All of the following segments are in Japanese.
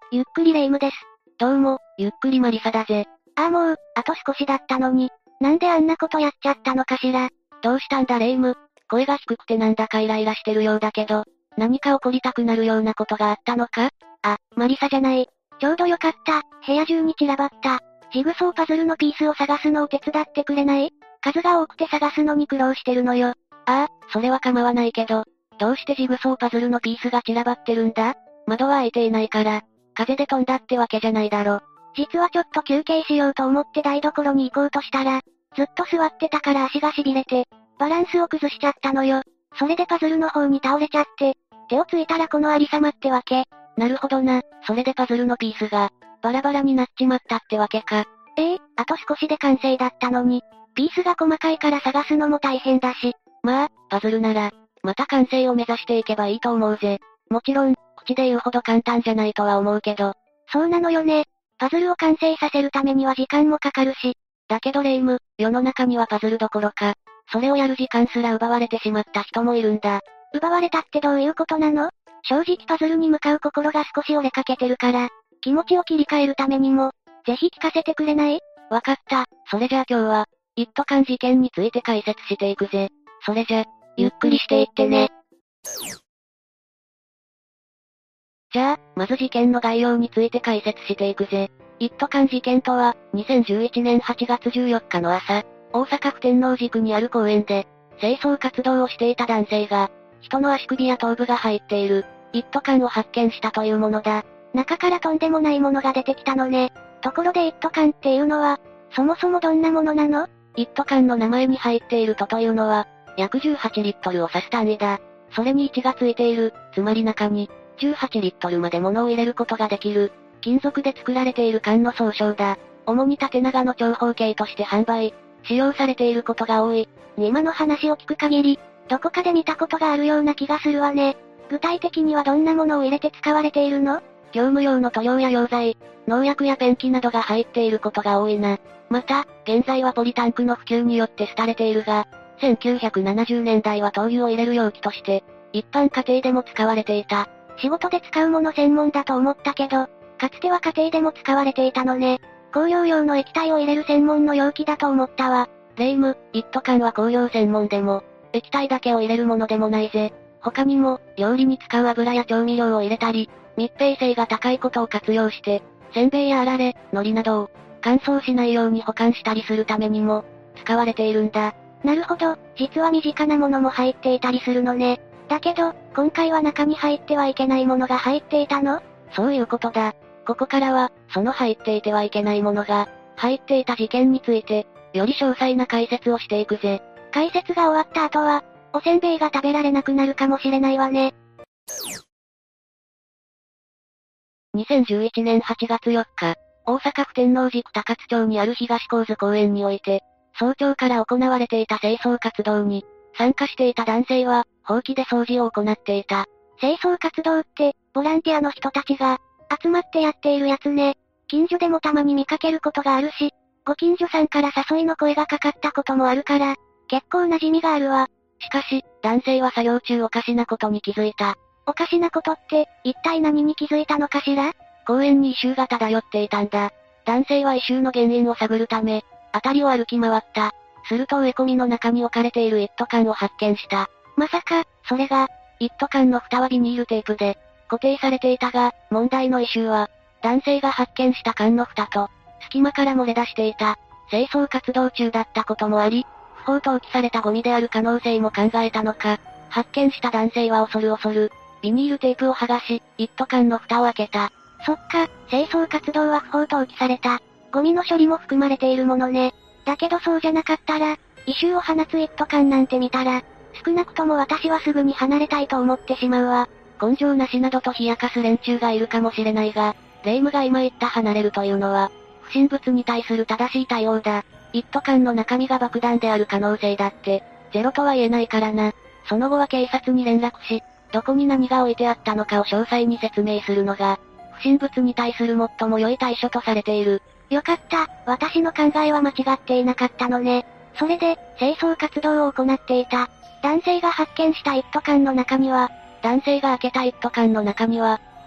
ゆっくりレ夢ムです。 どうも、ゆっくりマリサだぜ。 もう、あと少しだったのに、なんであんなことやっちゃったのかしら。 どうしたんだレ夢ム。声が低くてなんだかイライラしてるようだけど、何か起こりたくなるようなことがあったのか？ マリサじゃない。ちょうどよかった、部屋中に散らばった。ジグソーパズルのピースを探すのを手伝ってくれない？数が多くて探すのに苦労してるのよ。 それは構わないけど、どうしてジグソーパズルのピースが散らばってるんだ？窓は開いていないから、風で飛んだってわけじゃないだろ。 実はちょっと休憩しようと思って台所に行こうとしたら、ずっと座ってたから足が痺れて、バランスを崩しちゃったのよ。それでパズルの方に倒れちゃって、手をついたらこのありさまってわけ。 なるほどな、それでパズルのピースが、バラバラになっちまったってわけか。 あと少しで完成だったのに、ピースが細かいから探すのも大変だし。 まあ、パズルなら、また完成を目指していけばいいと思うぜ。もちろん、口で言うほど簡単じゃないとは思うけど。 そうなのよね。パズルを完成させるためには時間もかかるし。 だけどレ夢ム、世の中にはパズルどころか、それをやる時間すら奪われてしまった人もいるんだ。 奪われたってどういうことなの？正直パズルに向かう心が少し折れかけてるから、気持ちを切り替えるためにも、ぜひ聞かせてくれない？ わかった、それじゃあ今日は、一斗缶事件について解説していくぜ。それじゃ、ゆっくりしていってね。じゃあ、まず事件の概要について解説していくぜ。一斗缶事件とは、2011年8月14日の朝、大阪府天王寺区にある公園で、清掃活動をしていた男性が、人の足首や頭部が入っている、一斗缶を発見したというものだ。 中からとんでもないものが出てきたのね。ところで一斗缶っていうのは、そもそもどんなものなの？ 一斗缶の名前に入っているというのは、約18リットルを指す単位だ。それに1がついている、つまり中に、18リットルまで物を入れることができる、金属で作られている缶の総称だ。主に縦長の長方形として販売、使用されていることが多い。 今の話を聞く限り、どこかで見たことがあるような気がするわね。具体的にはどんなものを入れて使われているの？ 業務用の塗料や溶剤、農薬やペンキなどが入っていることが多いな。また、現在はポリタンクの普及によって廃れているが、1970年代は灯油を入れる容器として、一般家庭でも使われていた。 仕事で使うもの専門だと思ったけど、かつては家庭でも使われていたのね。工業用の液体を入れる専門の容器だと思ったわ。 レ夢ム、一斗缶は工業専門でも、液体だけを入れるものでもないぜ。他にも、料理に使う油や調味料を入れたり、密閉性が高いことを活用して、せんべいやあられ、海苔などを、乾燥しないように保管したりするためにも、使われているんだ。 なるほど、実は身近なものも入っていたりするのね。だけど、今回は中に入ってはいけないものが入っていたの？ そういうことだ。ここからは、その入っていてはいけないものが、入っていた事件について、より詳細な解説をしていくぜ。 解説が終わった後は、おせんべいが食べられなくなるかもしれないわね。 2011年8月4日、大阪府天王寺区高津町にある東高津公園において、早朝から行われていた清掃活動に、参加していた男性は、ほうきで掃除を行っていた。 清掃活動って、ボランティアの人たちが、集まってやっているやつね。近所でもたまに見かけることがあるし、ご近所さんから誘いの声がかかったこともあるから、結構馴染みがあるわ。 しかし、男性は作業中おかしなことに気づいた。 おかしなことって、一体何に気づいたのかしら？ 公園に異臭が漂っていたんだ。男性は異臭の原因を探るため、辺りを歩き回った。すると植え込みの中に置かれている一斗缶を発見した。 まさか、それが、 一斗缶の蓋はビニールテープで、固定されていたが、問題の異臭は、男性が発見した缶の蓋と、隙間から漏れ出していた。清掃活動中だったこともあり、不法投棄されたゴミである可能性も考えたのか、発見した男性は恐る、ビニールテープを剥がし、一斗缶の蓋を開けた。 そっか、清掃活動は不法投棄された。ゴミの処理も含まれているものね。だけどそうじゃなかったら、異臭を放つ一斗缶なんて見たら、少なくとも私はすぐに離れたいと思ってしまうわ。 根性なしなどと冷やかす連中がいるかもしれないが、霊夢が今言った離れるというのは、不審物に対する正しい対応だ。一斗缶の中身が爆弾である可能性だって、ゼロとは言えないからな。その後は警察に連絡し、どこに何が置いてあったのかを詳細に説明するのが、不審物に対する最も良い対処とされている。 よかった、私の考えは間違っていなかったのね。それで、清掃活動を行っていた。男性が発見した一斗缶の中には、 男性が開けた一斗缶の中には、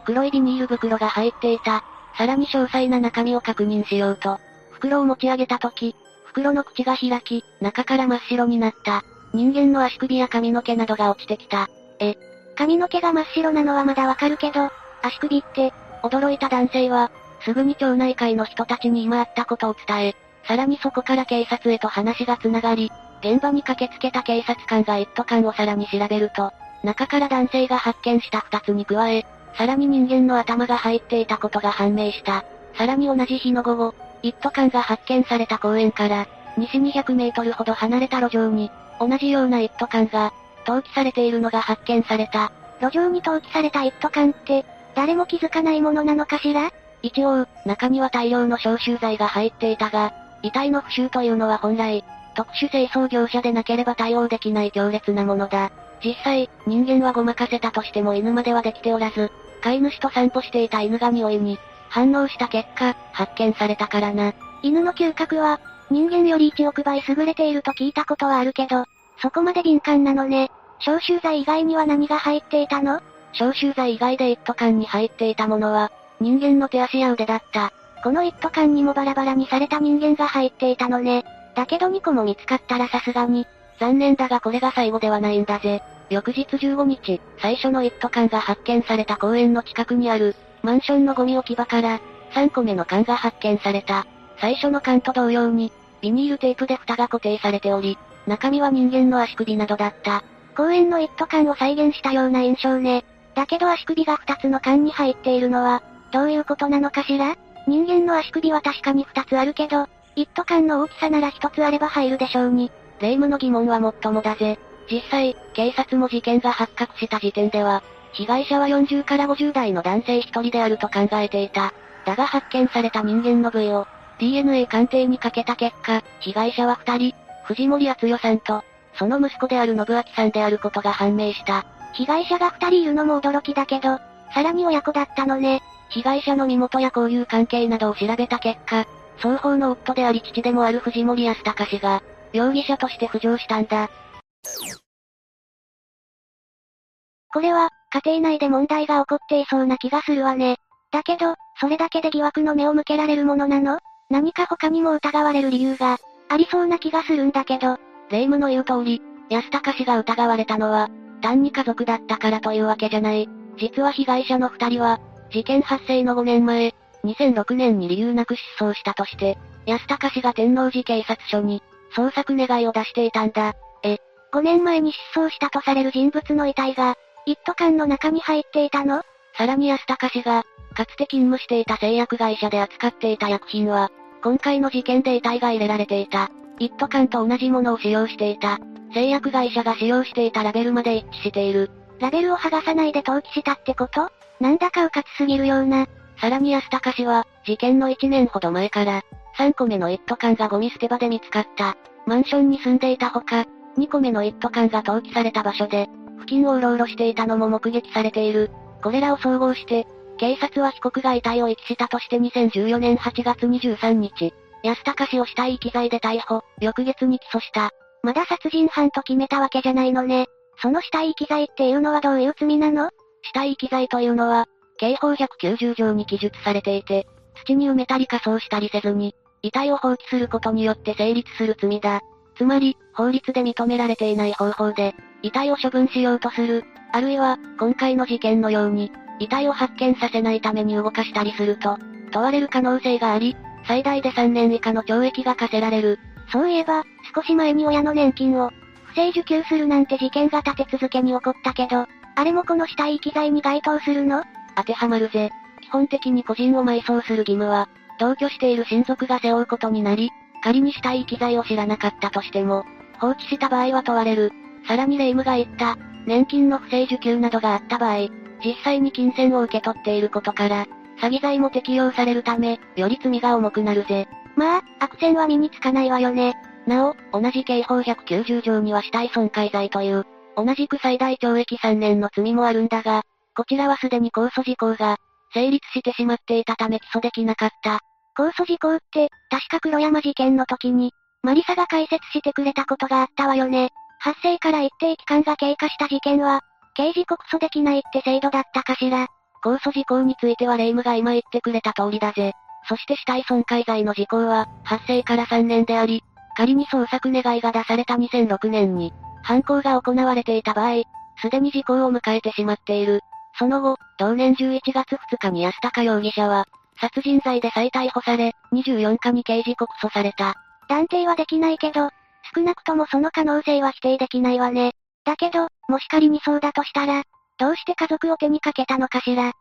黒いビニール袋が入っていた。さらに詳細な中身を確認しようと、袋を持ち上げた時、袋の口が開き、中から真っ白になった。人間の足首や髪の毛などが落ちてきた。 髪の毛が真っ白なのはまだわかるけど、足首って、 驚いた男性は、すぐに町内会の人たちに今あったことを伝え、さらにそこから警察へと話が繋がり、現場に駆けつけた警察官が一斗缶をさらに調べると、中から男性が発見した二つに加え、さらに人間の頭が入っていたことが判明した。さらに同じ日の午後、一斗缶が発見された公園から、西200メートルほど離れた路上に、同じような一斗缶が、投棄されているのが発見された。 路上に投棄された一斗缶って、誰も気づかないものなのかしら？ 一応、中には大量の消臭剤が入っていたが、遺体の腐臭というのは本来、特殊清掃業者でなければ対応できない強烈なものだ。実際、人間はごまかせたとしても犬まではできておらず、飼い主と散歩していた犬が匂いに反応した結果、発見されたからな。 犬の嗅覚は、人間より1億倍優れていると聞いたことはあるけど、そこまで敏感なのね。消臭剤以外には何が入っていたの？ 消臭剤以外で一斗缶に入っていたものは、人間の手足や腕だった。 この一斗缶にもバラバラにされた人間が入っていたのね。だけど2個も見つかったらさすがに。 残念だがこれが最後ではないんだぜ。翌日15日、最初の一斗缶が発見された公園の近くにある、マンションのゴミ置き場から、3個目の缶が発見された。最初の缶と同様に、ビニールテープで蓋が固定されており、中身は人間の足首などだった。 公園の一斗缶を再現したような印象ね。だけど足首が2つの缶に入っているのは、どういうことなのかしら？人間の足首は確かに2つあるけど、一斗缶の大きさなら1つあれば入るでしょうに。 霊夢の疑問はもっともだぜ。実際、警察も事件が発覚した時点では、被害者は40から50代の男性1人であると考えていた。だが発見された人間の部位を、DNA 鑑定にかけた結果、被害者は2人、藤森敦代さんと、その息子である信明さんであることが判明した。 被害者が2人いるのも驚きだけど、さらに親子だったのね。 被害者の身元や交友関係などを調べた結果、双方の夫であり父でもある藤森康隆氏が、容疑者として浮上したんだ。 これは、家庭内で問題が起こっていそうな気がするわね。だけど、それだけで疑惑の目を向けられるものなの？何か他にも疑われる理由が、ありそうな気がするんだけど。 霊夢の言う通り、安高氏が疑われたのは、単に家族だったからというわけじゃない。実は被害者の2人は、事件発生の5年前、2006年に理由なく失踪したとして、安高氏が天王寺警察署に、捜索願いを出していたんだ。 5年前に失踪したとされる人物の遺体が、一斗缶の中に入っていたの？ さらに安高氏が、かつて勤務していた製薬会社で扱っていた薬品は、今回の事件で遺体が入れられていた。一斗缶と同じものを使用していた。製薬会社が使用していたラベルまで一致している。 ラベルを剥がさないで登記したってこと？なんだか迂闊すぎるような。 さらに安高氏は、事件の1年ほど前から、3個目の一斗缶がゴミ捨て場で見つかった。マンションに住んでいたほか、2個目の一斗缶が投棄された場所で、付近をうろうろしていたのも目撃されている。これらを総合して、警察は被告が遺体を遺棄したとして2014年8月23日、安高氏を死体遺棄罪で逮捕、翌月に起訴した。 まだ殺人犯と決めたわけじゃないのね。その死体遺棄罪っていうのはどういう罪なの？ 死体遺棄罪というのは、刑法190条に記述されていて、土に埋めたり火葬したりせずに、遺体を放棄することによって成立する罪だ。つまり、法律で認められていない方法で、遺体を処分しようとする。あるいは、今回の事件のように、遺体を発見させないために動かしたりすると、問われる可能性があり、最大で3年以下の懲役が課せられる。 そういえば、少し前に親の年金を、不正受給するなんて事件が立て続けに起こったけど、あれもこの死体遺棄罪に該当するの？ 当てはまるぜ。基本的に個人を埋葬する義務は、同居している親族が背負うことになり、仮に死体遺棄罪を知らなかったとしても、放置した場合は問われる。さらに霊夢が言った、年金の不正受給などがあった場合、実際に金銭を受け取っていることから、詐欺罪も適用されるため、より罪が重くなるぜ。 まあ、悪線は身につかないわよね。 なお、同じ刑法190条には死体損壊罪という、同じく最大懲役3年の罪もあるんだが、こちらはすでに控訴事項が、成立してしまっていたため起訴できなかった。 控訴事項って、確か黒山事件の時に、マリサが解説してくれたことがあったわよね。発生から一定期間が経過した事件は、刑事告訴できないって制度だったかしら。 控訴事項については霊夢が今言ってくれた通りだぜ。そして死体損壊罪の時効は、発生から3年であり、仮に捜索願いが出された2006年に、犯行が行われていた場合、すでに時効を迎えてしまっている。その後、同年11月2日に安高容疑者は、殺人罪で再逮捕され、24日に刑事告訴された。 断定はできないけど、少なくともその可能性は否定できないわね。だけど、もし仮にそうだとしたら、どうして家族を手にかけたのかしら。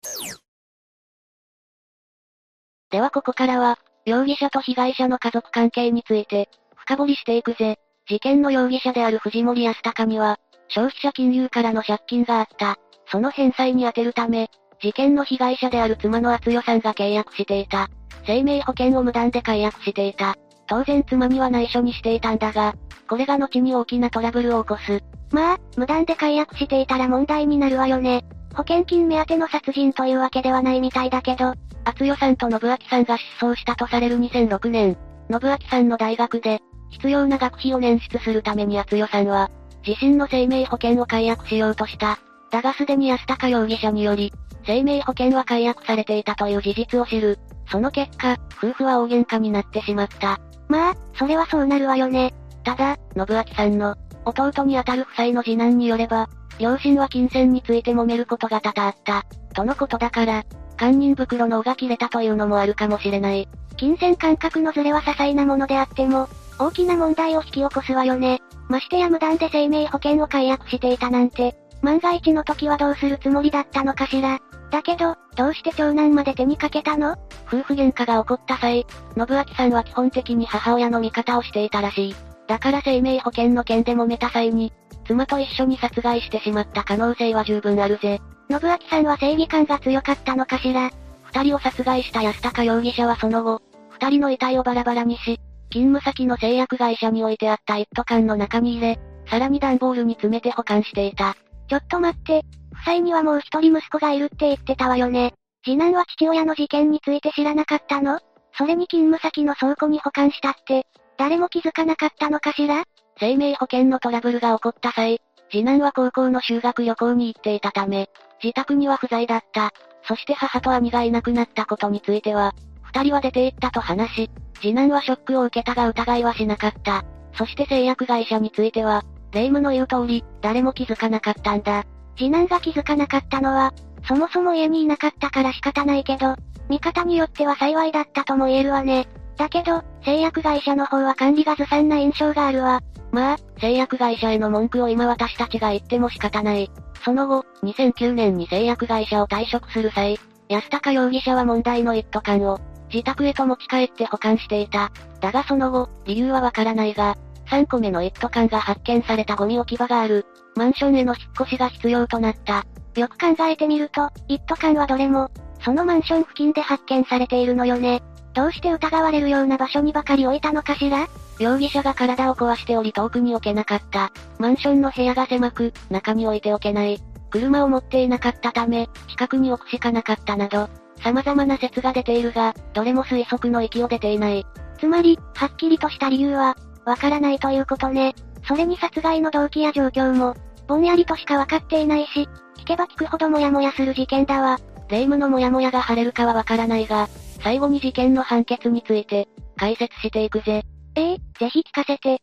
ではここからは、容疑者と被害者の家族関係について、深掘りしていくぜ。事件の容疑者である藤森安高には、消費者金融からの借金があった。その返済に充てるため、事件の被害者である妻の敦代さんが契約していた。生命保険を無断で解約していた。当然妻には内緒にしていたんだが、これが後に大きなトラブルを起こす。 まあ、無断で解約していたら問題になるわよね。保険金目当ての殺人というわけではないみたいだけど、 敦代さんと信明さんが失踪したとされる2006年、信明さんの大学で、必要な学費を捻出するために敦代さんは、自身の生命保険を解約しようとした。だがすでに安高容疑者により、生命保険は解約されていたという事実を知る。その結果、夫婦は大喧嘩になってしまった。 まあ、それはそうなるわよね。 ただ、信明さんの、弟にあたる夫妻の次男によれば、両親は金銭について揉めることが多々あった。とのことだから、堪忍袋の尾が切れたというのもあるかもしれない。 金銭感覚のズレは些細なものであっても、大きな問題を引き起こすわよね。ましてや無断で生命保険を解約していたなんて、万が一の時はどうするつもりだったのかしら。だけど、どうして長男まで手にかけたの？ 夫婦喧嘩が起こった際、信明さんは基本的に母親の味方をしていたらしい。だから生命保険の件で揉めた際に、妻と一緒に殺害してしまった可能性は十分あるぜ。 信明さんは正義感が強かったのかしら。 二人を殺害した安高容疑者はその後、二人の遺体をバラバラにし、勤務先の製薬会社に置いてあった一斗缶の中に入れ、さらに段ボールに詰めて保管していた。 ちょっと待って、夫妻にはもう一人息子がいるって言ってたわよね。次男は父親の事件について知らなかったの？それに勤務先の倉庫に保管したって、誰も気づかなかったのかしら？ 生命保険のトラブルが起こった際、次男は高校の修学旅行に行っていたため、自宅には不在だった。そして母と兄がいなくなったことについては、二人は出て行ったと話し、次男はショックを受けたが疑いはしなかった。そして製薬会社については、霊夢の言う通り、誰も気づかなかったんだ。 次男が気づかなかったのは、そもそも家にいなかったから仕方ないけど、見方によっては幸いだったとも言えるわね。だけど、製薬会社の方は管理がずさんな印象があるわ。 まあ、製薬会社への文句を今私たちが言っても仕方ない。その後、2009年に製薬会社を退職する際、安高容疑者は問題の一斗缶を、自宅へと持ち帰って保管していた。だがその後、理由はわからないが、3個目の一斗缶が発見されたゴミ置き場がある。マンションへの引っ越しが必要となった。 よく考えてみると、一斗缶はどれも、そのマンション付近で発見されているのよね。どうして疑われるような場所にばかり置いたのかしら？ 容疑者が体を壊しており遠くに置けなかった。マンションの部屋が狭く、中に置いておけない。車を持っていなかったため、近くに置くしかなかったなど、様々な説が出ているが、どれも推測の域を出ていない。 つまり、はっきりとした理由は、わからないということね。それに殺害の動機や状況も、ぼんやりとしかわかっていないし、聞けば聞くほどモヤモヤする事件だわ。 霊夢のモヤモヤが晴れるかはわからないが、最後に事件の判決について、解説していくぜ。 ぜひ聞かせて。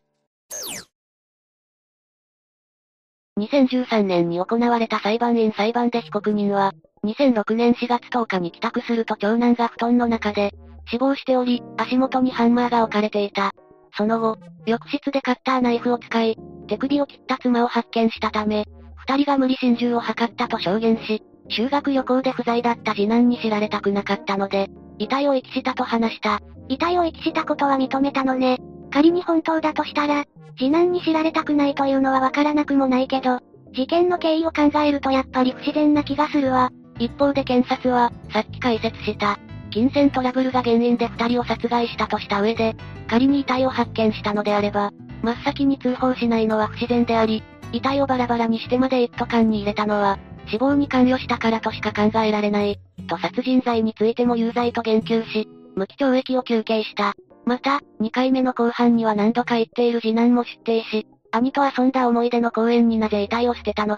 2013年に行われた裁判員裁判で被告人は、2006年4月10日に帰宅すると長男が布団の中で、死亡しており、足元にハンマーが置かれていた。その後、浴室でカッターナイフを使い、手首を切った妻を発見したため、二人が無理心中を図ったと証言し、修学旅行で不在だった次男に知られたくなかったので、遺体を遺棄したと話した。 遺体を遺棄したことは認めたのね。仮に本当だとしたら、次男に知られたくないというのはわからなくもないけど、事件の経緯を考えるとやっぱり不自然な気がするわ。 一方で検察は、さっき解説した、金銭トラブルが原因で二人を殺害したとした上で、仮に遺体を発見したのであれば、真っ先に通報しないのは不自然であり、遺体をバラバラにしてまで一斗缶に入れたのは、死亡に関与したからとしか考えられない、と殺人罪についても有罪と言及し、無期懲役を求刑した。また、2回目の公判には何度か言っている次男も出廷し、兄と遊んだ思い出の公園になぜ遺体を捨てたのか、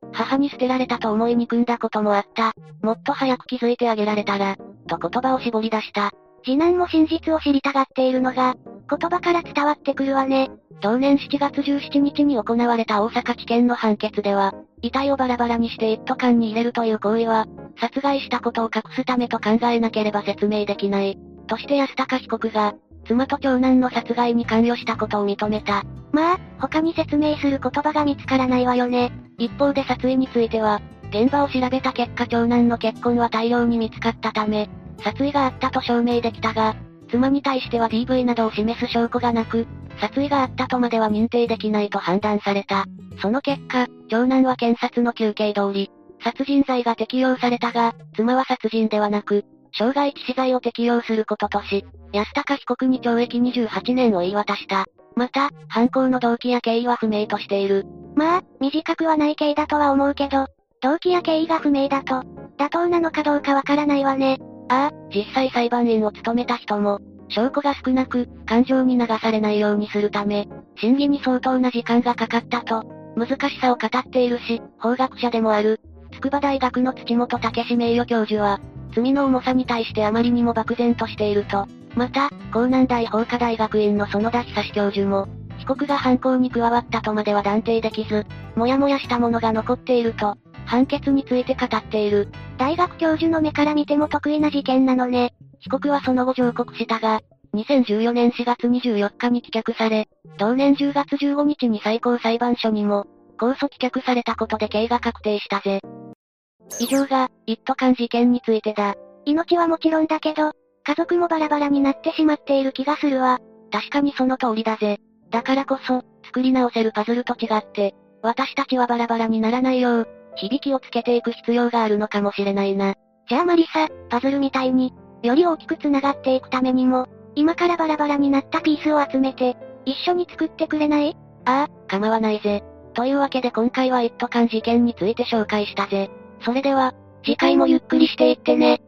母に捨てられたと思い憎んだこともあった。もっと早く気づいてあげられたら、と言葉を絞り出した。 次男も真実を知りたがっているのが、言葉から伝わってくるわね。 同年7月17日に行われた大阪地検の判決では、遺体をバラバラにして一斗缶に入れるという行為は、殺害したことを隠すためと考えなければ説明できない。として安高被告が、妻と長男の殺害に関与したことを認めた。 まあ、他に説明する言葉が見つからないわよね。 一方で殺意については、現場を調べた結果長男の血痕は大量に見つかったため、殺意があったと証明できたが、妻に対しては DV などを示す証拠がなく、殺意があったとまでは認定できないと判断された。その結果、長男は検察の求刑通り、殺人罪が適用されたが、妻は殺人ではなく、傷害致死罪を適用することとし、安高被告に懲役28年を言い渡した。また、犯行の動機や経緯は不明としている。 まあ、短くはない刑だとは思うけど、動機や経緯が不明だと、妥当なのかどうかわからないわね。 ああ、実際裁判員を務めた人も、証拠が少なく、感情に流されないようにするため、審議に相当な時間がかかったと、難しさを語っているし、法学者でもある、筑波大学の土本武史名誉教授は、罪の重さに対してあまりにも漠然としていると。また、江南大法科大学院の園田久教授も、被告が犯行に加わったとまでは断定できず、もやもやしたものが残っていると、判決について語っている。 大学教授の目から見ても得意な事件なのね。 被告はその後上告したが、2014年4月24日に棄却され、同年10月15日に最高裁判所にも、控訴棄却されたことで刑が確定したぜ。以上が、一斗缶事件についてだ。 命はもちろんだけど、家族もバラバラになってしまっている気がするわ。 確かにその通りだぜ。だからこそ、作り直せるパズルと違って、私たちはバラバラにならないよう、響きをつけていく必要があるのかもしれないな。 じゃあマリサ、パズルみたいに、より大きく繋がっていくためにも、今からバラバラになったピースを集めて、一緒に作ってくれない？ ああ、構わないぜ。というわけで今回は一斗缶事件について紹介したぜ。それでは、次回もゆっくりしていってね。